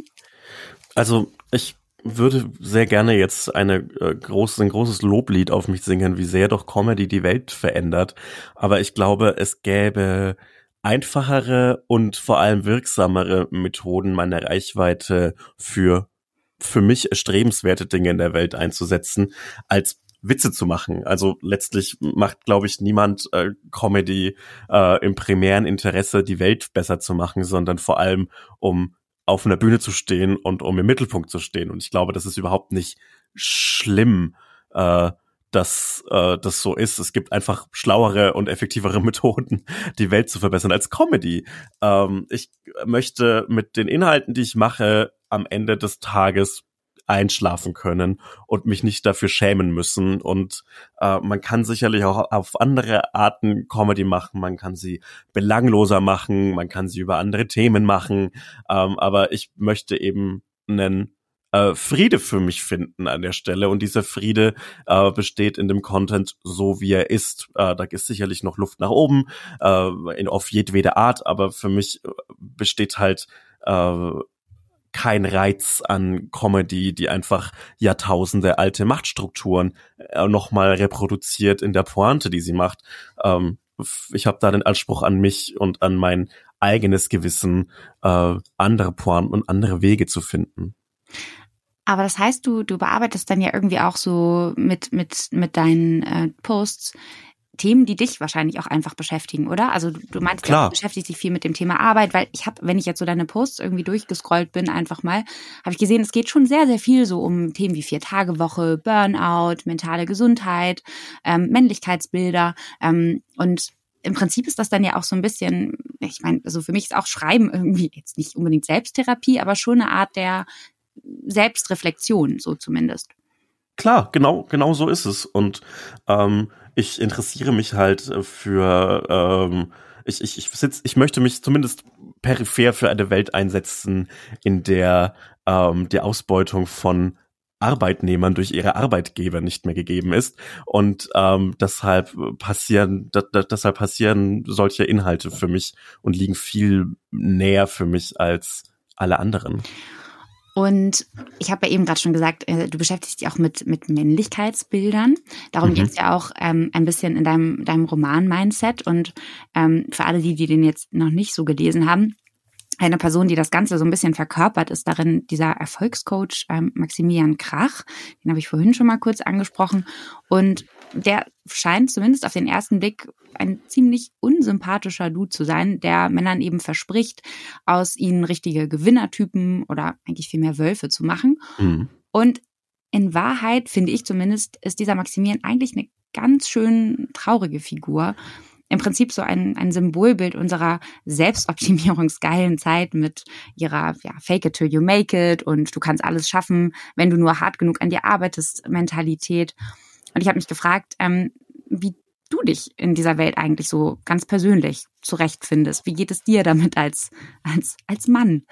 Also ich würde sehr gerne jetzt eine äh, große, ein großes Loblied auf mich singen, wie sehr doch Comedy die Welt verändert. Aber ich glaube, es gäbe einfachere und vor allem wirksamere Methoden, meine Reichweite für für mich erstrebenswerte Dinge in der Welt einzusetzen, als Witze zu machen. Also letztlich macht, glaube ich, niemand äh, Comedy äh, im primären Interesse, die Welt besser zu machen, sondern vor allem, um auf einer Bühne zu stehen und um im Mittelpunkt zu stehen. Und ich glaube, das ist überhaupt nicht schlimm, äh, dass äh, das so ist. Es gibt einfach schlauere und effektivere Methoden, die Welt zu verbessern als Comedy. Ähm, ich möchte mit den Inhalten, die ich mache, am Ende des Tages einschlafen können und mich nicht dafür schämen müssen. Und äh, man kann sicherlich auch auf andere Arten Comedy machen. Man kann sie belangloser machen, man kann sie über andere Themen machen. Ähm, aber ich möchte eben einen äh, Friede für mich finden an der Stelle. Und dieser Friede äh, besteht in dem Content so, wie er ist. Äh, da ist sicherlich noch Luft nach oben, äh, in, auf jedwede Art. Aber für mich besteht halt äh, kein Reiz an Comedy, die einfach Jahrtausende alte Machtstrukturen äh, nochmal reproduziert in der Pointe, die sie macht. Ähm, ich habe da den Anspruch an mich und an mein eigenes Gewissen, äh, andere Pointen und andere Wege zu finden. Aber das heißt, du du bearbeitest dann ja irgendwie auch so mit mit mit deinen äh, Posts Themen, die dich wahrscheinlich auch einfach beschäftigen, oder? Also du, du meinst, ja, du beschäftigst dich viel mit dem Thema Arbeit, weil ich habe, wenn ich jetzt so deine Posts irgendwie durchgescrollt bin, einfach mal, habe ich gesehen, es geht schon sehr, sehr viel so um Themen wie Vier-Tage-Woche, Burnout, mentale Gesundheit, ähm, Männlichkeitsbilder. Ähm, und im Prinzip ist das dann ja auch so ein bisschen, ich meine, also für mich ist auch Schreiben irgendwie jetzt nicht unbedingt Selbsttherapie, aber schon eine Art der Selbstreflexion, so zumindest. Klar, genau, genau so ist es. Und ähm, ich interessiere mich halt für, ähm, ich, ich, ich sitz, ich möchte mich zumindest peripher für eine Welt einsetzen, in der ähm, die Ausbeutung von Arbeitnehmern durch ihre Arbeitgeber nicht mehr gegeben ist. Und ähm, deshalb passieren, da, da, deshalb passieren solche Inhalte für mich und liegen viel näher für mich als alle anderen. Und ich habe ja eben gerade schon gesagt, du beschäftigst dich auch mit mit Männlichkeitsbildern. Darum mhm. geht es ja auch ähm, ein bisschen in deinem deinem Roman Mindset. Und ähm, für alle die, die den jetzt noch nicht so gelesen haben, eine Person, die das Ganze so ein bisschen verkörpert, ist darin dieser Erfolgscoach ähm, Maximilian Krach. Den habe ich vorhin schon mal kurz angesprochen. Und der scheint zumindest auf den ersten Blick ein ziemlich unsympathischer Dude zu sein, der Männern eben verspricht, aus ihnen richtige Gewinnertypen oder eigentlich viel mehr Wölfe zu machen. Mhm. Und in Wahrheit, finde ich zumindest, ist dieser Maximilian eigentlich eine ganz schön traurige Figur. Im Prinzip so ein, ein Symbolbild unserer selbstoptimierungsgeilen Zeit mit ihrer ja, Fake it till you make it und du kannst alles schaffen, wenn du nur hart genug an dir arbeitest, Mentalität. Und ich habe mich gefragt, ähm, wie du dich in dieser Welt eigentlich so ganz persönlich zurechtfindest. Wie geht es dir damit als, als, als Mann?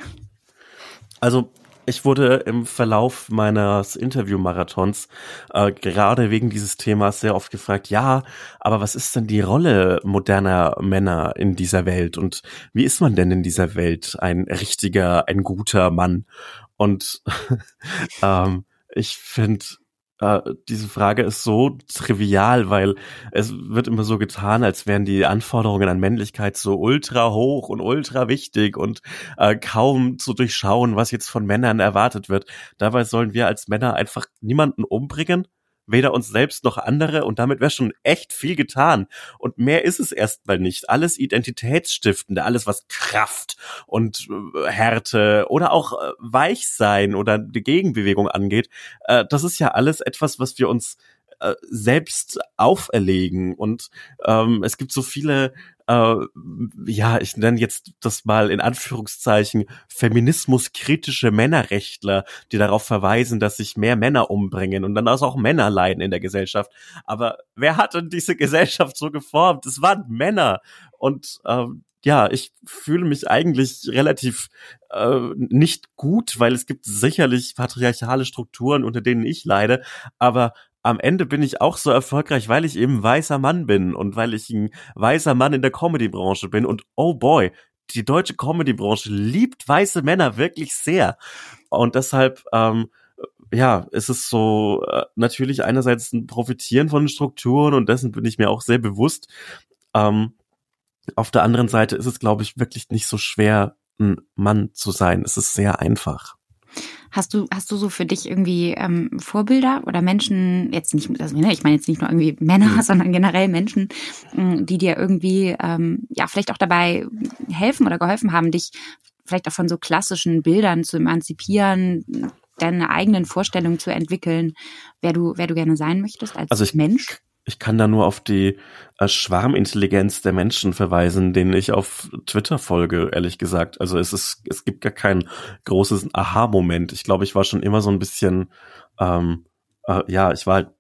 Also ich wurde im Verlauf meines Interviewmarathons äh, gerade wegen dieses Themas sehr oft gefragt, ja, aber was ist denn die Rolle moderner Männer in dieser Welt und wie ist man denn in dieser Welt ein richtiger, ein guter Mann? Und ähm, ich finde, äh, diese Frage ist so trivial, weil es wird immer so getan, als wären die Anforderungen an Männlichkeit so ultra hoch und ultra wichtig und äh, kaum zu durchschauen, was jetzt von Männern erwartet wird. Dabei sollen wir als Männer einfach niemanden umbringen, weder uns selbst noch andere, und damit wäre schon echt viel getan. Und mehr ist es erstmal nicht. Alles Identitätsstiftende, alles was Kraft und äh, Härte oder auch äh, Weichsein oder die Gegenbewegung angeht, äh, das ist ja alles etwas, was wir uns äh, selbst auferlegen. Und ähm, es gibt so viele äh, ja, ich nenne jetzt das mal in Anführungszeichen feminismuskritische Männerrechtler, die darauf verweisen, dass sich mehr Männer umbringen und dann auch Männer leiden in der Gesellschaft. Aber wer hat denn diese Gesellschaft so geformt? Es waren Männer. Und ähm, ja, ich fühle mich eigentlich relativ äh, nicht gut, weil es gibt sicherlich patriarchale Strukturen, unter denen ich leide, aber am Ende bin ich auch so erfolgreich, weil ich eben weißer Mann bin und weil ich ein weißer Mann in der Comedy-Branche bin. Und oh boy, die deutsche Comedy-Branche liebt weiße Männer wirklich sehr. Und deshalb, ähm, ja, ist es so äh, natürlich einerseits ein Profitieren von Strukturen und dessen bin ich mir auch sehr bewusst. Ähm, auf der anderen Seite ist es, glaube ich, wirklich nicht so schwer, ein Mann zu sein. Es ist sehr einfach. Hast du, hast du so für dich irgendwie ähm, Vorbilder oder Menschen, jetzt nicht, also ich meine jetzt nicht nur irgendwie Männer, mhm. sondern generell Menschen, die dir irgendwie, ähm, ja, vielleicht auch dabei helfen oder geholfen haben, dich vielleicht auch von so klassischen Bildern zu emanzipieren, deine eigenen Vorstellungen zu entwickeln, wer du, wer du gerne sein möchtest als also ich, Mensch? Ich kann da nur auf die äh, Schwarmintelligenz der Menschen verweisen, denen ich auf Twitter folge, ehrlich gesagt. Also es ist, es gibt gar kein großes Aha-Moment. Ich glaube, ich war schon immer so ein bisschen, ähm, äh, ja, ich war halt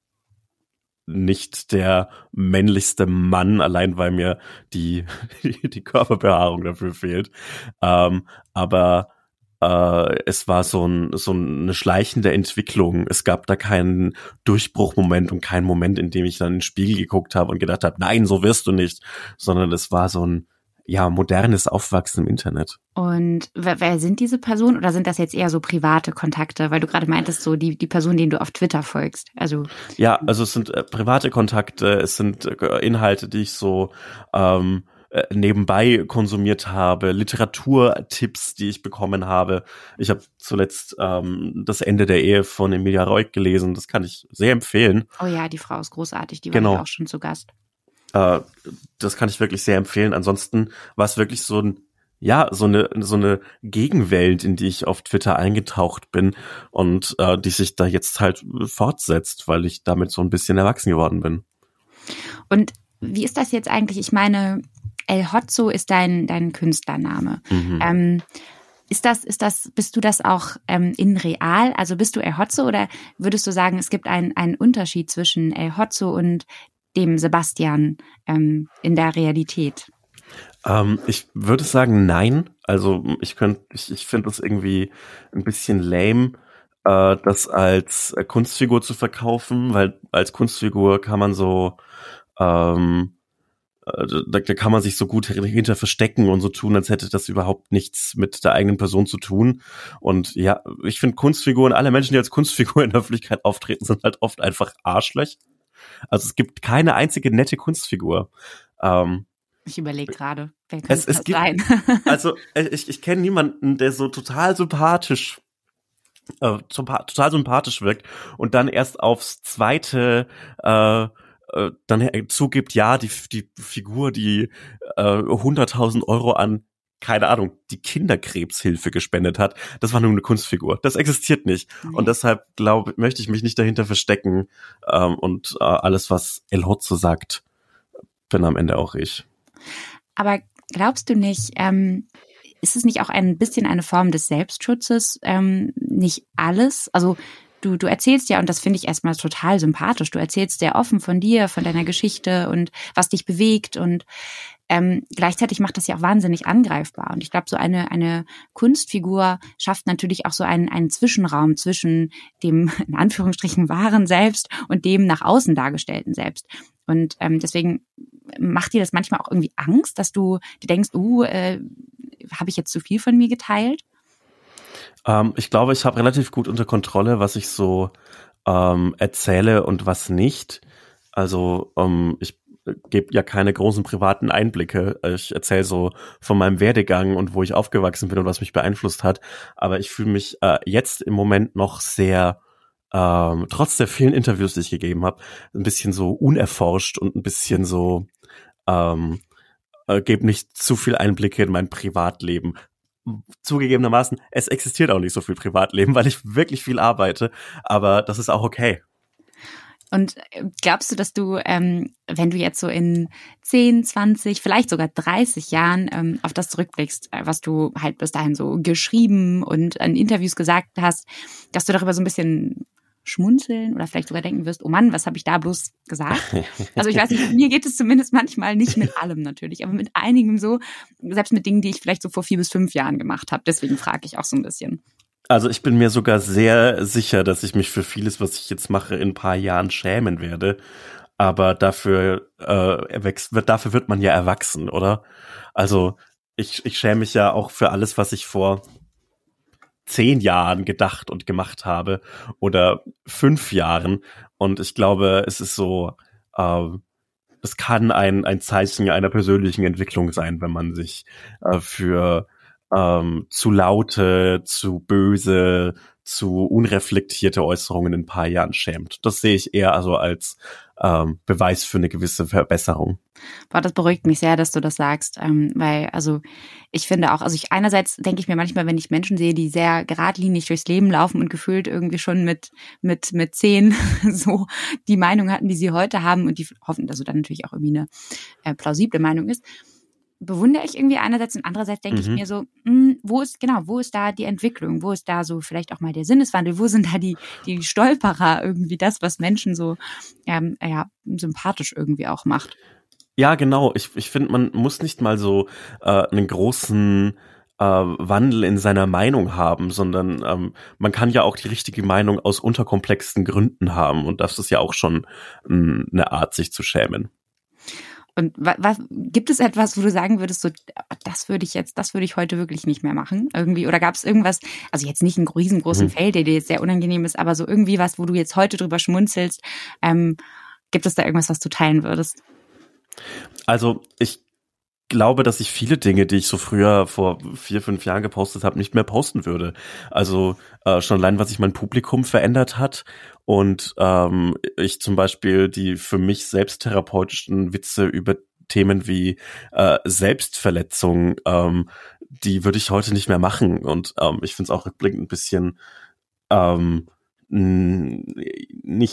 nicht der männlichste Mann, allein weil mir die, die Körperbehaarung dafür fehlt. Ähm, aber Äh, es war so, ein, so eine schleichende Entwicklung. Es gab da keinen Durchbruchmoment und keinen Moment, in dem ich dann in den Spiegel geguckt habe und gedacht habe, nein, so wirst du nicht. Sondern es war so ein ja modernes Aufwachsen im Internet. Und wer, wer sind diese Personen oder sind das jetzt eher so private Kontakte? Weil du gerade meintest, so die, die Personen, denen du auf Twitter folgst. Also ja, also es sind äh, private Kontakte, es sind äh, Inhalte, die ich so ähm, nebenbei konsumiert habe, Literaturtipps, die ich bekommen habe. Ich habe zuletzt ähm, das Ende der Ehe von Emilia Roig gelesen. Das kann ich sehr empfehlen. Oh ja, die Frau ist großartig. Die war genau. ja auch schon zu Gast. Äh, das kann ich wirklich sehr empfehlen. Ansonsten war es wirklich so ein ja, so eine so eine Gegenwelt, in die ich auf Twitter eingetaucht bin und äh, die sich da jetzt halt fortsetzt, weil ich damit so ein bisschen erwachsen geworden bin. Und wie ist das jetzt eigentlich? Ich meine, El Hotzo ist dein, dein Künstlername. Mhm. Ähm, ist das, ist das, bist du das auch ähm, in real? Also bist du El Hotzo oder würdest du sagen, es gibt einen, einen Unterschied zwischen El Hotzo und dem Sebastian ähm, in der Realität? Ähm, ich würde sagen, nein. Also ich könnte, ich, ich finde es irgendwie ein bisschen lame, äh, das als äh, Kunstfigur zu verkaufen, weil als Kunstfigur kann man so, ähm, äh, da, da kann man sich so gut hinter verstecken und so tun, als hätte das überhaupt nichts mit der eigenen Person zu tun. Und ja, ich finde Kunstfiguren, alle Menschen, die als Kunstfigur in der Öffentlichkeit auftreten, sind halt oft einfach Arschlöcher. Also es gibt keine einzige nette Kunstfigur. Ähm, Ich überlege gerade, wer könnte es, es das gibt, sein? also ich, ich kenne niemanden, der so total sympathisch, äh, total sympathisch wirkt und dann erst aufs zweite äh, äh, dann zugibt, ja, die, die Figur, die äh, hunderttausend Euro an, keine Ahnung, die Kinderkrebshilfe gespendet hat, das war nur eine Kunstfigur. Das existiert nicht. Nee. Und deshalb glaube möchte ich mich nicht dahinter verstecken ähm, und äh, alles, was El Hotzo sagt, bin am Ende auch ich. Aber glaubst du nicht, ähm, ist es nicht auch ein bisschen eine Form des Selbstschutzes? Ähm, nicht alles? Also du, du erzählst ja, und das finde ich erstmal total sympathisch, du erzählst sehr offen von dir, von deiner Geschichte und was dich bewegt und ähm, gleichzeitig macht das ja auch wahnsinnig angreifbar. Und ich glaube, so eine, eine Kunstfigur schafft natürlich auch so einen, einen Zwischenraum zwischen dem, in Anführungsstrichen, wahren Selbst und dem nach außen dargestellten Selbst. Und ähm, deswegen macht dir das manchmal auch irgendwie Angst, dass du dir denkst, uh, äh, habe ich jetzt zu viel von mir geteilt? Ähm, ich glaube, ich habe relativ gut unter Kontrolle, was ich so ähm, erzähle und was nicht. Also ähm, ich gebe ja keine großen privaten Einblicke. Ich erzähle so von meinem Werdegang und wo ich aufgewachsen bin und was mich beeinflusst hat. Aber ich fühle mich äh, jetzt im Moment noch sehr, ähm, trotz der vielen Interviews, die ich gegeben habe, ein bisschen so unerforscht und ein bisschen so, ähm, äh, gebe nicht zu viel Einblicke in mein Privatleben. Zugegebenermaßen, es existiert auch nicht so viel Privatleben, weil ich wirklich viel arbeite, aber das ist auch okay. Und glaubst du, dass du, ähm, wenn du jetzt so in zehn, zwanzig, vielleicht sogar dreißig Jahren ähm, auf das zurückblickst, was du halt bis dahin so geschrieben und in Interviews gesagt hast, dass du darüber so ein bisschen schmunzeln oder vielleicht sogar denken wirst, oh Mann, was habe ich da bloß gesagt? Also ich weiß nicht, mir geht es zumindest manchmal nicht mit allem natürlich, aber mit einigem so, selbst mit Dingen, die ich vielleicht so vor vier bis fünf Jahren gemacht habe. Deswegen frage ich auch so ein bisschen. Also ich bin mir sogar sehr sicher, dass ich mich für vieles, was ich jetzt mache, in ein paar Jahren schämen werde. Aber dafür, äh, erwächst, wird, dafür wird man ja erwachsen, oder? Also ich, ich schäme mich ja auch für alles, was ich vor zehn Jahren gedacht und gemacht habe oder fünf Jahren. Und ich glaube, es ist so, äh, es kann ein, ein Zeichen einer persönlichen Entwicklung sein, wenn man sich äh, für ähm, zu laute, zu böse, zu unreflektierte Äußerungen in ein paar Jahren schämt. Das sehe ich eher also als ähm, Beweis für eine gewisse Verbesserung. Boah, das beruhigt mich sehr, dass du das sagst, ähm, weil also ich finde auch, also ich einerseits denke ich mir manchmal, wenn ich Menschen sehe, die sehr geradlinig durchs Leben laufen und gefühlt irgendwie schon mit mit mit zehn so die Meinung hatten, die sie heute haben und die hoffen, dass so dann natürlich auch irgendwie eine äh, plausible Meinung ist, bewundere ich irgendwie einerseits und andererseits denke Mhm. ich mir so, mh, wo ist, genau, wo ist da die Entwicklung? Wo ist da so vielleicht auch mal der Sinneswandel? Wo sind da die, die Stolperer irgendwie, das, was Menschen so, ähm, ja, sympathisch irgendwie auch macht? Ja, genau. Ich, ich finde, man muss nicht mal so äh, einen großen äh, Wandel in seiner Meinung haben, sondern ähm, man kann ja auch die richtige Meinung aus unterkomplexen Gründen haben und das ist ja auch schon mh, eine Art, sich zu schämen. Und was, was gibt es etwas, wo du sagen würdest, so das würde ich jetzt, das würde ich heute wirklich nicht mehr machen, irgendwie? Oder gab es irgendwas, also jetzt nicht einen riesengroßen Mhm. Fail, der dir jetzt sehr unangenehm ist, aber so irgendwie was, wo du jetzt heute drüber schmunzelst, ähm, gibt es da irgendwas, was du teilen würdest? Also ich glaube, dass ich viele Dinge, die ich so früher vor vier, fünf Jahren gepostet habe, nicht mehr posten würde. Also äh, schon allein, was sich mein Publikum verändert hat und ähm, ich zum Beispiel die für mich selbsttherapeutischen Witze über Themen wie äh, Selbstverletzung, ähm, die würde ich heute nicht mehr machen und ähm, ich finde es auch rückblickend ein bisschen ähm, n- nicht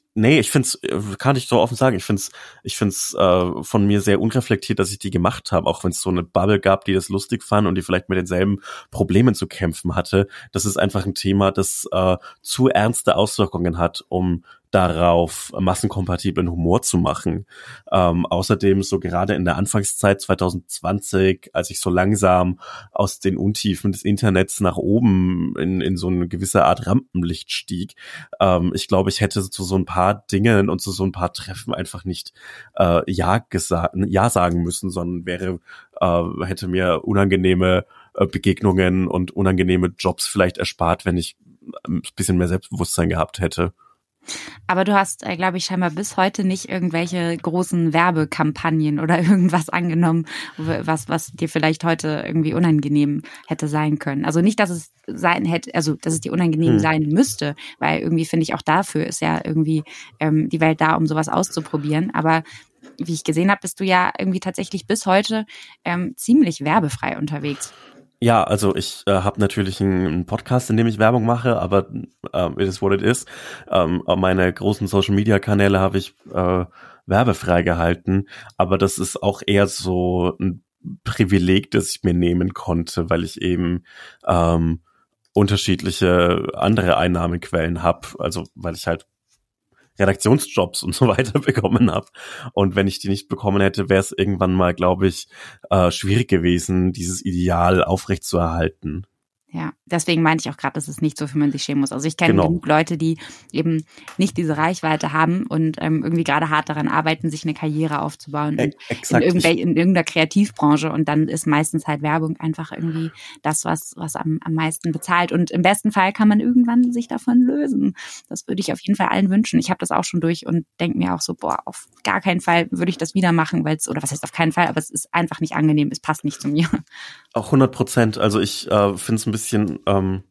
Nee, ich find's, kann ich so offen sagen, ich find's, ich find's äh, von mir sehr unreflektiert, dass ich die gemacht habe, auch wenn es so eine Bubble gab, die das lustig fand und die vielleicht mit denselben Problemen zu kämpfen hatte. Das ist einfach ein Thema, das äh, zu ernste Auswirkungen hat, um darauf massenkompatiblen Humor zu machen. Ähm, außerdem so gerade in der Anfangszeit zwanzig zwanzig, als ich so langsam aus den Untiefen des Internets nach oben in, in so eine gewisse Art Rampenlicht stieg, ähm, ich glaube, ich hätte zu so ein paar Dingen und zu so ein paar Treffen einfach nicht äh, ja, gesa- ja sagen müssen, sondern wäre äh, hätte mir unangenehme äh, Begegnungen und unangenehme Jobs vielleicht erspart, wenn ich ein bisschen mehr Selbstbewusstsein gehabt hätte. Aber du hast, äh, glaube ich, scheinbar bis heute nicht irgendwelche großen Werbekampagnen oder irgendwas angenommen, was was dir vielleicht heute irgendwie unangenehm hätte sein können. Also nicht, dass es sein hätte, also dass es dir unangenehm hm. sein müsste, weil irgendwie finde ich auch dafür ist ja irgendwie ähm, die Welt da, um sowas auszuprobieren. Aber wie ich gesehen habe, bist du ja irgendwie tatsächlich bis heute ähm, ziemlich werbefrei unterwegs. Ja, also ich äh, habe natürlich einen, einen Podcast, in dem ich Werbung mache, aber äh, it is what it is. Ähm, meine großen Social-Media-Kanäle habe ich äh, werbefrei gehalten, aber das ist auch eher so ein Privileg, das ich mir nehmen konnte, weil ich eben ähm, unterschiedliche andere Einnahmequellen habe, also weil ich halt Redaktionsjobs und so weiter bekommen habe. Und wenn ich die nicht bekommen hätte, wäre es irgendwann mal, glaube ich, äh, schwierig gewesen, dieses Ideal aufrechtzuerhalten. Ja, deswegen meinte ich auch gerade, dass es nicht so, für man sich schämen muss. Also ich kenne Genau. genug Leute, die eben nicht diese Reichweite haben und ähm, irgendwie gerade hart daran arbeiten, sich eine Karriere aufzubauen E- in, irgendwel- in irgendeiner Kreativbranche. Und dann ist meistens halt Werbung einfach irgendwie das, was was am, am meisten bezahlt. Und im besten Fall kann man irgendwann sich davon lösen. Das würde ich auf jeden Fall allen wünschen. Ich habe das auch schon durch und denke mir auch so, boah, auf gar keinen Fall würde ich das wieder machen, weil es, oder was heißt auf keinen Fall, aber es ist einfach nicht angenehm, es passt nicht zu mir. Auch hundert Prozent. Also ich äh, finde es ein bisschen ähm,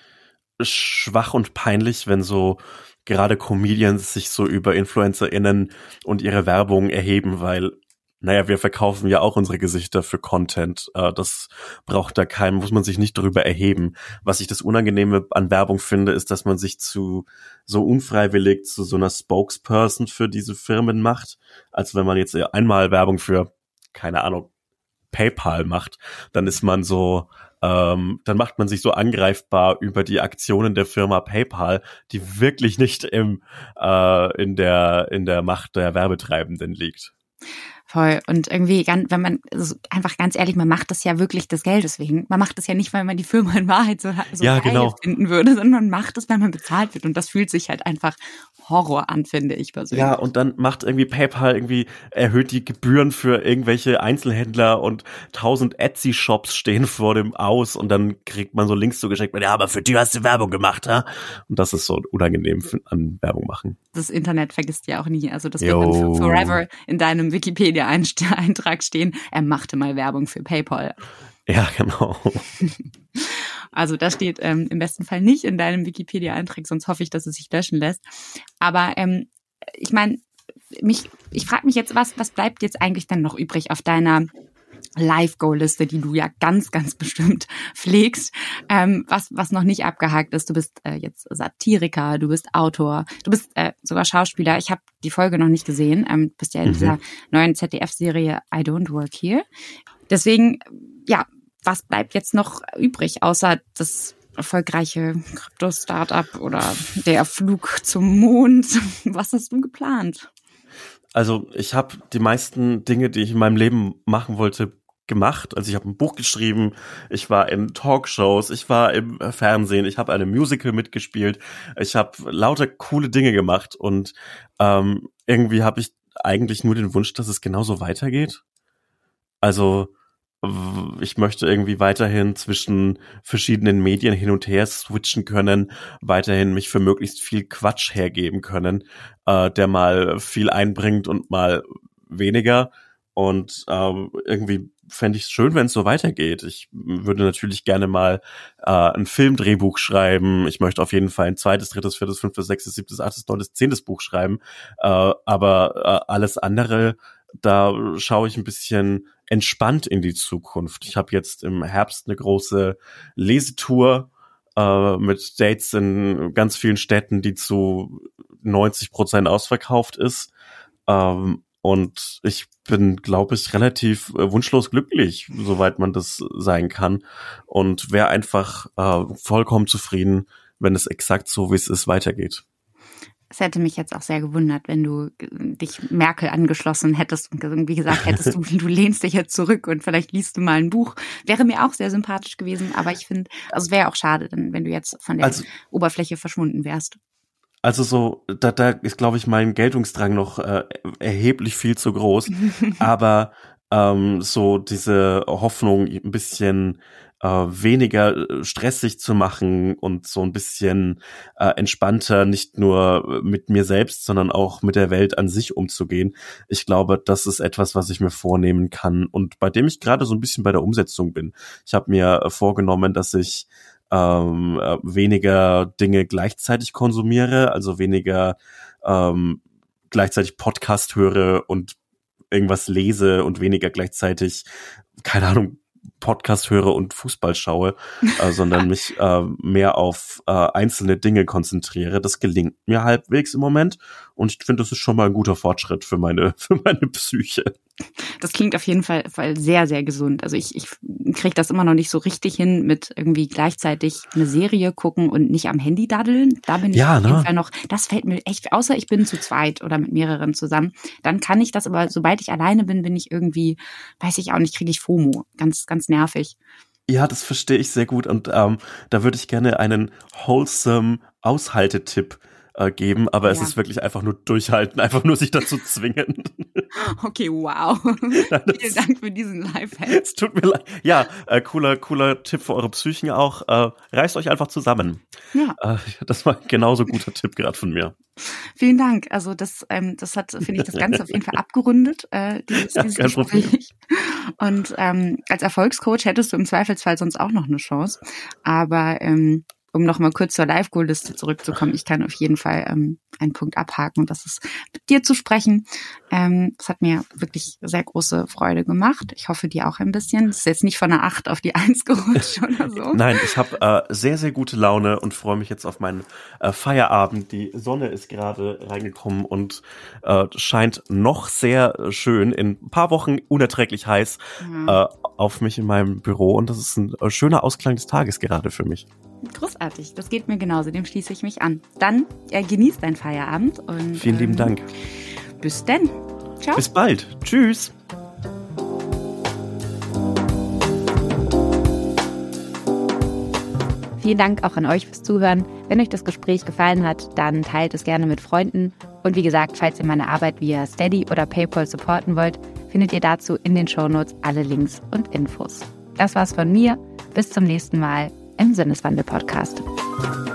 schwach und peinlich, wenn so gerade Comedians sich so über InfluencerInnen und ihre Werbung erheben, weil, naja, wir verkaufen ja auch unsere Gesichter für Content. Äh, das braucht da keinem, muss man sich nicht darüber erheben. Was ich das Unangenehme an Werbung finde, ist, dass man sich zu so unfreiwillig zu so einer Spokesperson für diese Firmen macht, als wenn man jetzt einmal Werbung für, keine Ahnung, PayPal macht, dann ist man so, ähm, dann macht man sich so angreifbar über die Aktionen der Firma PayPal, die wirklich nicht im äh, in der in der Macht der Werbetreibenden liegt. Voll. Und irgendwie, wenn man, also einfach ganz ehrlich, man macht das ja wirklich des Geldes wegen. Man macht das ja nicht, weil man die Firma in Wahrheit so, so ja, geil genau. finden würde, sondern man macht es, weil man bezahlt wird. Und das fühlt sich halt einfach Horror an, finde ich persönlich. Ja, und dann macht irgendwie PayPal irgendwie, erhöht die Gebühren für irgendwelche Einzelhändler und tausend Etsy-Shops stehen vor dem Aus und dann kriegt man so Links zugeschickt, ja, aber für die hast du Werbung gemacht, ha? Und das ist so unangenehm an Werbung machen. Das Internet vergisst ja auch nie. Also das wird dann forever in deinem Wikipedia-Eintrag stehen. Er machte mal Werbung für PayPal. Ja, genau. Also das steht ähm, im besten Fall nicht in deinem Wikipedia-Eintrag, sonst hoffe ich, dass es sich löschen lässt. Aber ähm, ich meine, mich, ich frage mich jetzt, was, was bleibt jetzt eigentlich dann noch übrig auf deiner Live-Goal-Liste, die du ja ganz, ganz bestimmt pflegst, ähm, was was noch nicht abgehakt ist. Du bist äh, jetzt Satiriker, du bist Autor, du bist äh, sogar Schauspieler. Ich habe die Folge noch nicht gesehen. Ähm, du bist ja in mhm. dieser neuen Z D F-Serie I Don't Work Here. Deswegen, ja, was bleibt jetzt noch übrig, außer das erfolgreiche Krypto-Startup oder der Flug zum Mond? Was hast du geplant? Also ich habe die meisten Dinge, die ich in meinem Leben machen wollte, gemacht. Also ich habe ein Buch geschrieben, ich war in Talkshows, ich war im Fernsehen, ich habe eine Musical mitgespielt, ich habe lauter coole Dinge gemacht und ähm, irgendwie habe ich eigentlich nur den Wunsch, dass es genauso weitergeht. Also ich möchte irgendwie weiterhin zwischen verschiedenen Medien hin und her switchen können, weiterhin mich für möglichst viel Quatsch hergeben können, äh, der mal viel einbringt und mal weniger. Und ähm, irgendwie fände ich es schön, wenn es so weitergeht. Ich würde natürlich gerne mal äh, ein Filmdrehbuch schreiben. Ich möchte auf jeden Fall ein zweites, drittes, viertes, fünftes, sechstes, siebtes, achtes, neuntes, zehntes Buch schreiben. Äh, aber äh, alles andere, da schaue ich ein bisschen entspannt in die Zukunft. Ich habe jetzt im Herbst eine große Lesetour äh, mit Dates in ganz vielen Städten, die zu neunzig Prozent ausverkauft ist. Ähm, und ich bin, glaube ich, relativ äh, wunschlos glücklich, soweit man das sein kann. Und wäre einfach äh, vollkommen zufrieden, wenn es exakt so, wie es ist, weitergeht. Es hätte mich jetzt auch sehr gewundert, wenn du dich Merkel angeschlossen hättest und irgendwie gesagt hättest, du, du lehnst dich jetzt zurück und vielleicht liest du mal ein Buch. Wäre mir auch sehr sympathisch gewesen, aber ich finde, also es wäre auch schade, wenn du jetzt von der also, Oberfläche verschwunden wärst. Also so, da, da ist, glaube ich, mein Geltungsdrang noch äh, erheblich viel zu groß, aber ähm, so diese Hoffnung, ein bisschen äh, weniger stressig zu machen und so ein bisschen äh, entspannter, nicht nur mit mir selbst, sondern auch mit der Welt an sich umzugehen. Ich glaube, das ist etwas, was ich mir vornehmen kann und bei dem ich gerade so ein bisschen bei der Umsetzung bin. Ich habe mir vorgenommen, dass ich ähm, äh, weniger Dinge gleichzeitig konsumiere, also weniger ähm, gleichzeitig Podcast höre und irgendwas lese und weniger gleichzeitig, keine Ahnung, Podcast höre und Fußball schaue, äh, sondern mich äh, mehr auf äh, einzelne Dinge konzentriere. Das gelingt mir halbwegs im Moment und ich finde, das ist schon mal ein guter Fortschritt für meine für meine Psyche. Das klingt auf jeden Fall, Fall sehr, sehr gesund. Also ich, ich kriege das immer noch nicht so richtig hin mit irgendwie gleichzeitig eine Serie gucken und nicht am Handy daddeln. Da bin ich ja, auf jeden ne? Fall noch, das fällt mir echt, außer ich bin zu zweit oder mit mehreren zusammen, dann kann ich das, aber sobald ich alleine bin, bin ich irgendwie, weiß ich auch nicht, kriege ich FOMO. Ganz, ganz nervig. Ja, das verstehe ich sehr gut und ähm, da würde ich gerne einen wholesome Aushaltetipp äh, geben, aber ja. Es ist wirklich einfach nur durchhalten, einfach nur sich dazu zwingen. Okay, wow. Ja, vielen Dank für diesen Lifehack. Es tut mir leid. Ja, äh, cooler, cooler Tipp für eure Psychen auch. Äh, reißt euch einfach zusammen. Ja. Äh, das war ein genauso guter Tipp gerade von mir. Vielen Dank. Also das, ähm, das hat, finde ich, das Ganze auf jeden Fall abgerundet, äh, dieses, ja, dieses kein Gespräch. Problem. Und ähm, als Erfolgscoach hättest du im Zweifelsfall sonst auch noch eine Chance. Aber ähm, um noch mal kurz zur Live-Goal-Liste zurückzukommen, ich kann auf jeden Fall ähm, einen Punkt abhaken und das ist, mit dir zu sprechen. Ähm, das hat mir wirklich sehr große Freude gemacht. Ich hoffe, dir auch ein bisschen. Das ist jetzt nicht von einer acht auf die eins gerutscht oder so. Nein, ich habe äh, sehr, sehr gute Laune und freue mich jetzt auf meinen äh, Feierabend. Die Sonne ist gerade reingekommen und äh, scheint noch sehr schön, in ein paar Wochen unerträglich heiß, mhm. äh, auf mich in meinem Büro. Und das ist ein äh, schöner Ausklang des Tages gerade für mich. Großartig, das geht mir genauso, dem schließe ich mich an. Dann äh, genieß deinen Feierabend und vielen lieben ähm, Dank. Bis denn. Ciao. Bis bald. Tschüss. Vielen Dank auch an euch fürs Zuhören. Wenn euch das Gespräch gefallen hat, dann teilt es gerne mit Freunden. Und wie gesagt, falls ihr meine Arbeit via Steady oder PayPal supporten wollt, findet ihr dazu in den Shownotes alle Links und Infos. Das war's von mir. Bis zum nächsten Mal im Sinneswandel-Podcast.